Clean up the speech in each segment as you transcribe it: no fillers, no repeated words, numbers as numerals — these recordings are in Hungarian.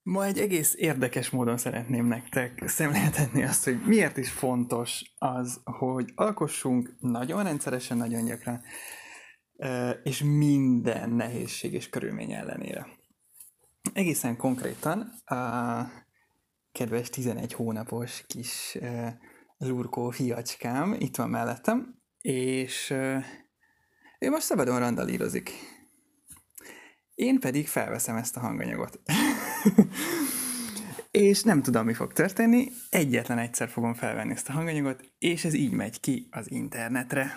Ma egy egész érdekes módon szeretném nektek szemléltetni azt, hogy miért is fontos az, hogy alkossunk nagyon rendszeresen, nagyon gyakran, és minden nehézség és körülmény ellenére. Egészen konkrétan a kedves 11 hónapos kis lurkó fiacskám itt van mellettem, és ő most szabadon randalírozik. Én pedig felveszem ezt a hanganyagot. És nem tudom, mi fog történni, egyetlen egyszer fogom felvenni ezt a hanganyagot, és ez így megy ki az internetre.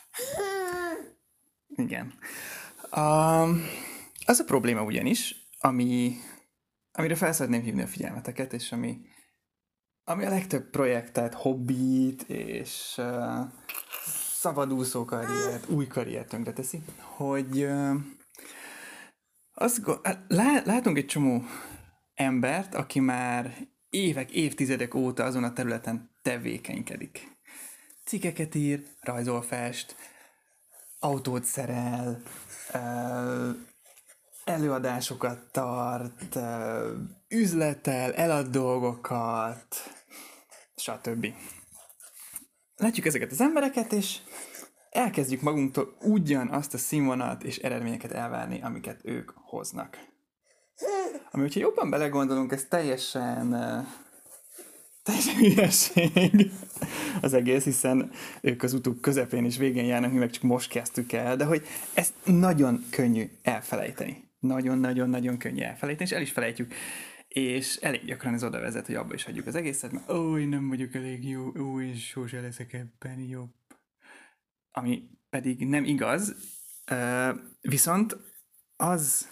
Igen. Az a probléma ugyanis, amire fel szeretném hívni a figyelmeteket, és ami a legtöbb projektet, hobbit és szabadúszó karriert, új karriert tönkreteszi, hogy látunk egy csomó embert, aki már évek, évtizedek óta azon a területen tevékenykedik. Cikkeket ír, rajzol, fest, autót szerel, előadásokat tart, üzletel, elad dolgokat, stb. Látjuk ezeket az embereket, és elkezdjük magunktól ugyanazt a színvonalat és eredményeket elvárni, amiket ők hoznak. Ami, hogyha jobban belegondolunk, ez teljesen hülyeség az egész, hiszen ők az utuk közepén és végén járnak, mi meg csak most kezdtük el, de hogy ezt nagyon könnyű elfelejteni. Nagyon-nagyon-nagyon könnyű elfelejteni, és el is felejtjük. És elég gyakran ez oda vezet, hogy abba is hagyjuk az egészet, mert én nem vagyok elég jó, és sose leszek ebben jobb. Ami pedig nem igaz, viszont az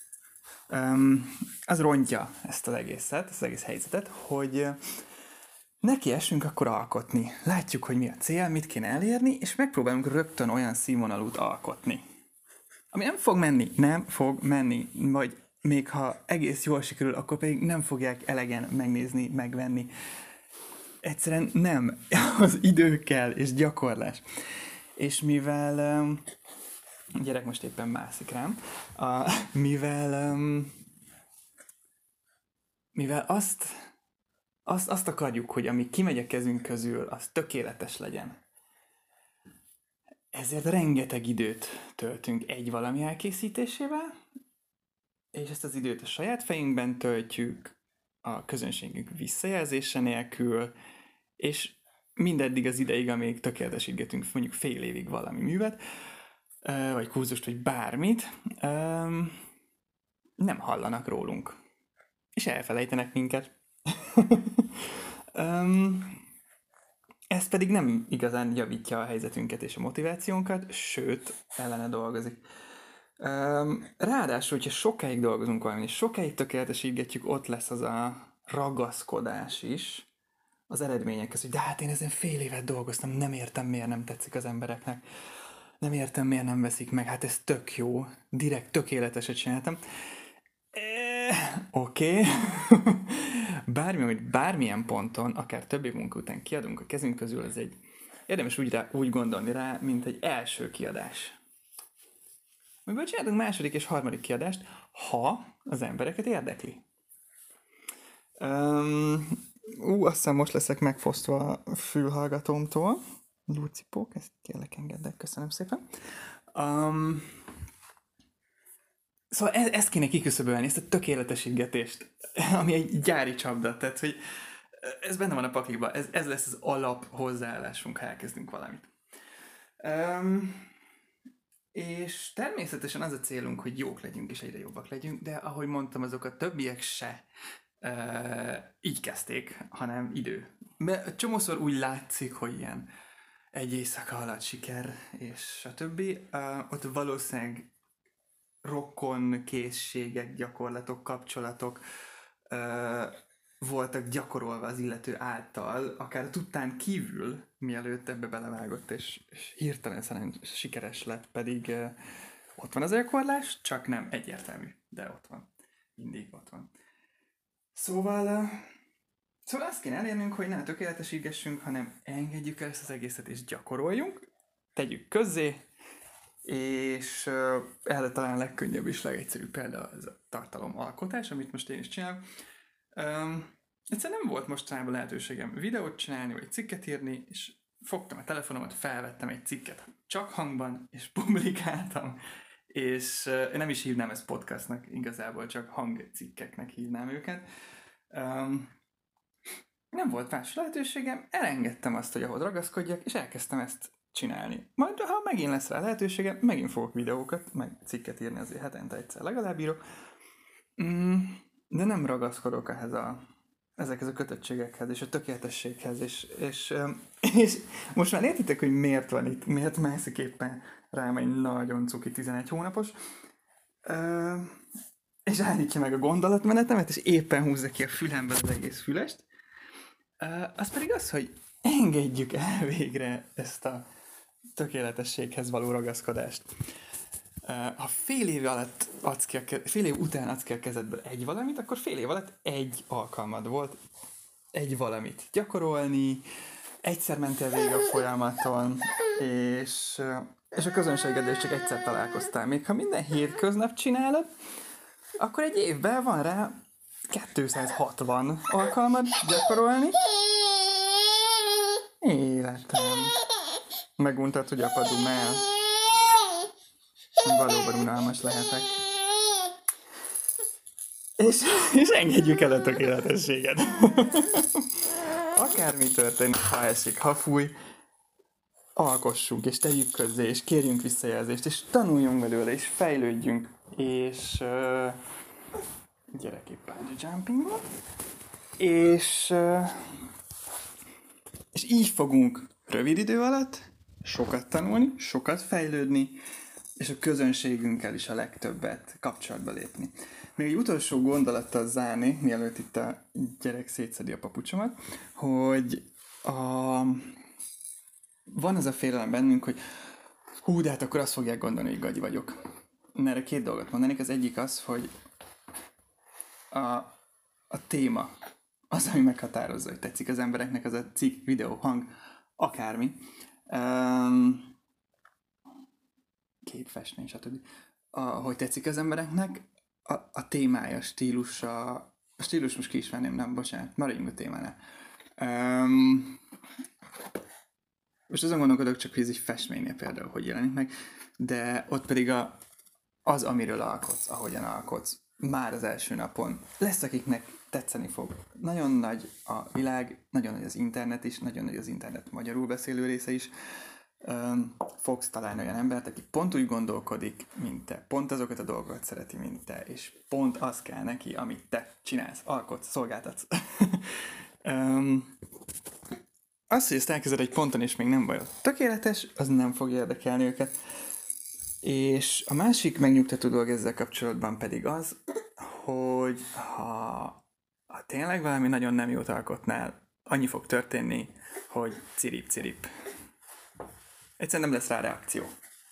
rontja ezt az egészet, ezt az egész helyzetet, hogy nekiessünk akkor alkotni. Látjuk, hogy mi a cél, mit kéne elérni, és megpróbálunk rögtön olyan színvonalút alkotni. Ami nem fog menni, vagy még ha egész jól sikerül, akkor pedig nem fogják elegen megnézni, megvenni. Egyszerűen nem. Az idő kell, és gyakorlás. És mivel a gyerek most éppen mászik rám, mivel azt akarjuk, hogy ami kimegy a kezünk közül, az tökéletes legyen. Ezért rengeteg időt töltünk egy valami elkészítésével, és ezt az időt a saját fejünkben töltjük, a közönségünk visszajelzése nélkül, és mindeddig az ideig, amíg tökéletesítgetünk mondjuk fél évig valami művet, vagy kurzust, vagy bármit, nem hallanak rólunk. És elfelejtenek minket. Ez pedig nem igazán javítja a helyzetünket és a motivációnkat, sőt, ellene dolgozik. Ráadásul, hogyha sokáig dolgozunk valamin, és sokáig tökéletesítgetjük, ott lesz az a ragaszkodás is az eredményekhez, hogy de hát én ezen fél évet dolgoztam, nem értem, miért nem tetszik az embereknek, nem értem, miért nem veszik meg, hát ez tök jó, direkt tökéleteset csináltam. Oké. Amit bármilyen ponton, akár több év munka után kiadunk a kezünk közül, ez egy érdemes úgy gondolni rá, mint egy első kiadás. Miből csinálunk második és harmadik kiadást, ha az embereket érdekli. Azt hiszem most leszek megfosztva a fülhallgatómtól. Lucipók, ezt kérlek engedd el, köszönöm szépen. Szóval ezt kéne kiküszöbölni, ezt a tökéletesítgetést, ami egy gyári csapda, tehát hogy ez benne van a pakliba, ez lesz az alap hozzáállásunk, ha elkezdünk valamit. És természetesen az a célunk, hogy jók legyünk és egyre jobbak legyünk, de ahogy mondtam, azok a többiek se így kezdték, hanem idő. Mert csomószor úgy látszik, hogy ilyen egy éjszaka alatt siker, és stb. Ott valószínűleg rokon készségek, gyakorlatok, kapcsolatok voltak gyakorolva az illető által, akár a tudtán kívül, mielőtt ebbe belevágott, és hirtelen sikeres lett, pedig ott van az gyakorlás, csak nem egyértelmű, de ott van. Mindig ott van. Szóval azt kéne elérnünk, hogy ne tökéletesítgessünk, hanem engedjük el ezt az egészet, és gyakoroljunk, tegyük közzé, és erre talán legkönnyebb és legegyszerűbb példa az a tartalomalkotás, amit most én is csinálok. Egyszerűen nem volt mostanában lehetőségem videót csinálni, vagy cikket írni, és fogtam a telefonomat, felvettem egy cikket csak hangban, és publikáltam, és én nem is hívnám ezt podcastnak, igazából csak hangcikkeknek hívnám őket. Nem volt más lehetőségem, elengedtem azt, hogy ahhoz ragaszkodjak, és elkezdtem ezt csinálni. Majd, ha megint lesz rá lehetőségem, megint fogok videókat, meg cikket írni, azért hetente egyszer legalább írok. De nem ragaszkodok ezekhez a kötöttségekhez, és a tökéletességhez, és most már értitek, hogy miért van itt, miért mászik éppen rám egy nagyon cuki 11 hónapos, és állítja meg a gondolatmenetemet, és éppen húzza ki a fülemből az egész fülest. Az pedig az, hogy engedjük el végre ezt a tökéletességhez való ragaszkodást. Ha fél év után adsz ki a kezedből egy valamit, akkor fél év alatt egy alkalmad volt egy valamit gyakorolni, egyszer mentél végig a folyamaton, és a közönségeddel csak egyszer találkoztál. Még ha minden hétköznap csinálod, akkor egy évben van rá 260 alkalmad gyakorolni. Életem. Meguntad, hogy apa dumál. Valóban unalmas lehetek. És engedjük el a tökéletességet. Akármi történik, ha esik, ha fúj, alkossunk, és tegyük közzé, és kérjünk visszajelzést, és tanuljunk belőle, és fejlődjünk, és gyerek épp bungee jumping van, és így fogunk rövid idő alatt sokat tanulni, sokat fejlődni, és a közönségünkkel is a legtöbbet kapcsolatba lépni. Még egy utolsó gondolattal zárni, mielőtt itt a gyerek szétszedi a papucsomat, hogy van az a félelem bennünk, hogy hú, de hát akkor azt fogják gondolni, hogy gagyi vagyok. Erre 2 dolgot mondanék. Az egyik az, hogy a téma az, ami meghatározza, hogy tetszik az embereknek, az a cikk, videó, hang, akármi. Kép, festmény, stb. Hogy tetszik az embereknek, a témája, a stílus most ki is venném, nem, bocsánat, maradjunk a témánál. Most azon gondolkodok csak, hogy ez egy festménynél például hogy jelenik meg, de ott pedig az, amiről alkotsz, ahogyan alkotsz, már az első napon. Lesz, akiknek tetszeni fog. Nagyon nagy a világ, nagyon nagy az internet is, nagyon nagy az internet magyarul beszélő része is. Fogsz találni olyan embert, aki pont úgy gondolkodik, mint te, pont azokat a dolgokat szereti, mint te, és pont az kell neki, amit te csinálsz, alkotsz, szolgáltatsz. Az, hogy ezt elkezded egy ponton, és még nem vagy tökéletes, az nem fog érdekelni őket. És a másik megnyugtató dolog ezzel kapcsolatban pedig az, hogy ha tényleg valami nagyon nem jót alkotnál, annyi fog történni, hogy cirip-cirip. Egyszerűen nem lesz rá reakció.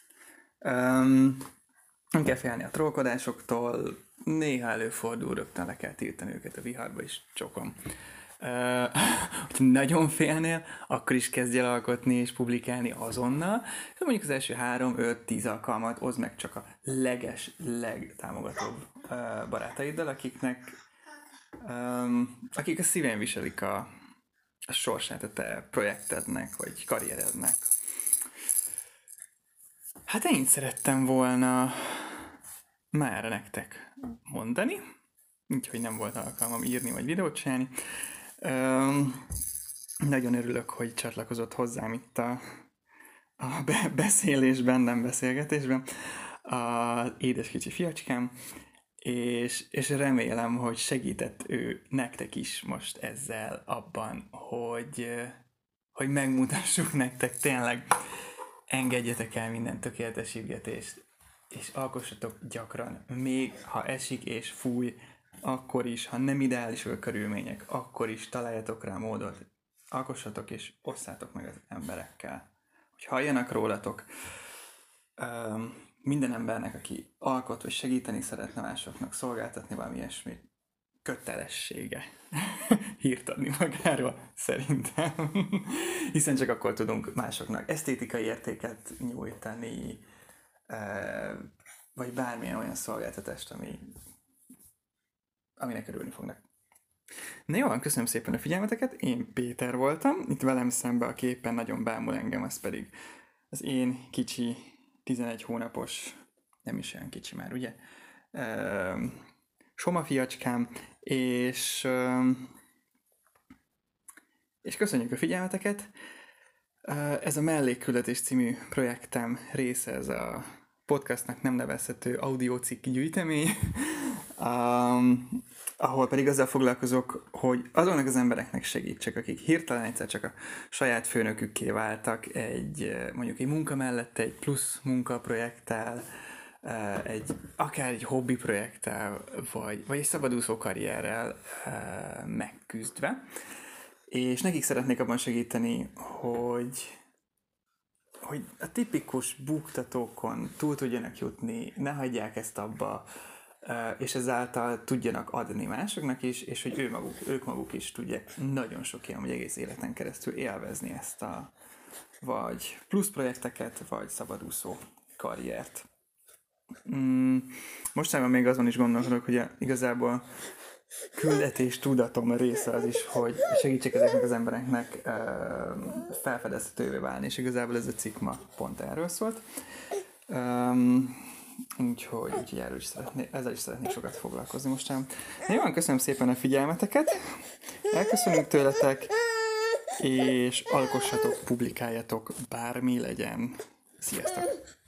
Nem kell félni a trollkodásoktól, néha előfordul, rögtön le kell tiltani őket a viharba, és csokom. Hogyha nagyon félnél, akkor is kezdj el alkotni és publikálni azonnal. De mondjuk az első 3-5-10 alkalmat oszd meg csak a legtámogatóbb barátaiddal, akik a szívén viselik a sorsát a te projektednek, vagy karrierednek. Hát ennyit szerettem volna már nektek mondani, úgyhogy nem volt alkalmam írni vagy videót csinálni. Nagyon örülök, hogy csatlakozott hozzám itt a beszélésben, nem beszélgetésben az édes kicsi fiacskám, és remélem, hogy segített ő nektek is most ezzel abban, hogy megmutassuk nektek tényleg, engedjetek el minden tökéletesítést, és alkossatok gyakran, még ha esik és fúj, akkor is, ha nem ideálisak a körülmények, akkor is találjatok rá módot, alkossatok és osszátok meg az emberekkel, hogy halljanak rólatok. Minden embernek, aki alkot, vagy segíteni szeretne másoknak, szolgáltatni valami ilyesmit, kötelessége hírt adni magáról, szerintem. Hiszen csak akkor tudunk másoknak esztétikai értéket nyújtani, vagy bármilyen olyan szolgáltatást, aminek örülni fognak. Na jó, köszönöm szépen a figyelmeteket, én Péter voltam, itt velem szembe a képen nagyon bámul engem, az pedig az én kicsi, 11 hónapos, nem is olyan kicsi már, ugye, Soma fiacskám, és köszönjük a figyelmeteket. Ez a Mellékküldetés című projektem része, ez a podcastnak nem nevezhető audiócikk gyűjtemény, ahol pedig azzal foglalkozok, hogy azoknak az embereknek segítsek, akik hirtelen egyszer csak a saját főnökükké váltak mondjuk egy munka mellett egy plusz munkaprojekttel, akár egy hobbi projekttel, vagy egy szabadúszó karrierrel megküzdve. És nekik szeretnék abban segíteni, hogy a tipikus buktatókon túl tudjanak jutni, ne hagyják ezt abba, és ezáltal tudjanak adni másoknak is, és hogy ők maguk is tudják nagyon sok ilyen, vagy egész életen keresztül élvezni ezt vagy plusz projekteket, vagy szabadúszó karriert. Mostanában még azon is gondolkodok, hogy igazából küldetés tudatom része az is, hogy segítsek ezeknek az embereknek felfedezhetővé válni, és igazából ez a cikk ma pont erről szólt. Úgyhogy ezzel is szeretnék sokat foglalkozni mostán. Jó, köszönöm szépen a figyelmeteket, elköszönünk tőletek, és alkossatok, publikáljatok, bármi legyen. Sziasztok!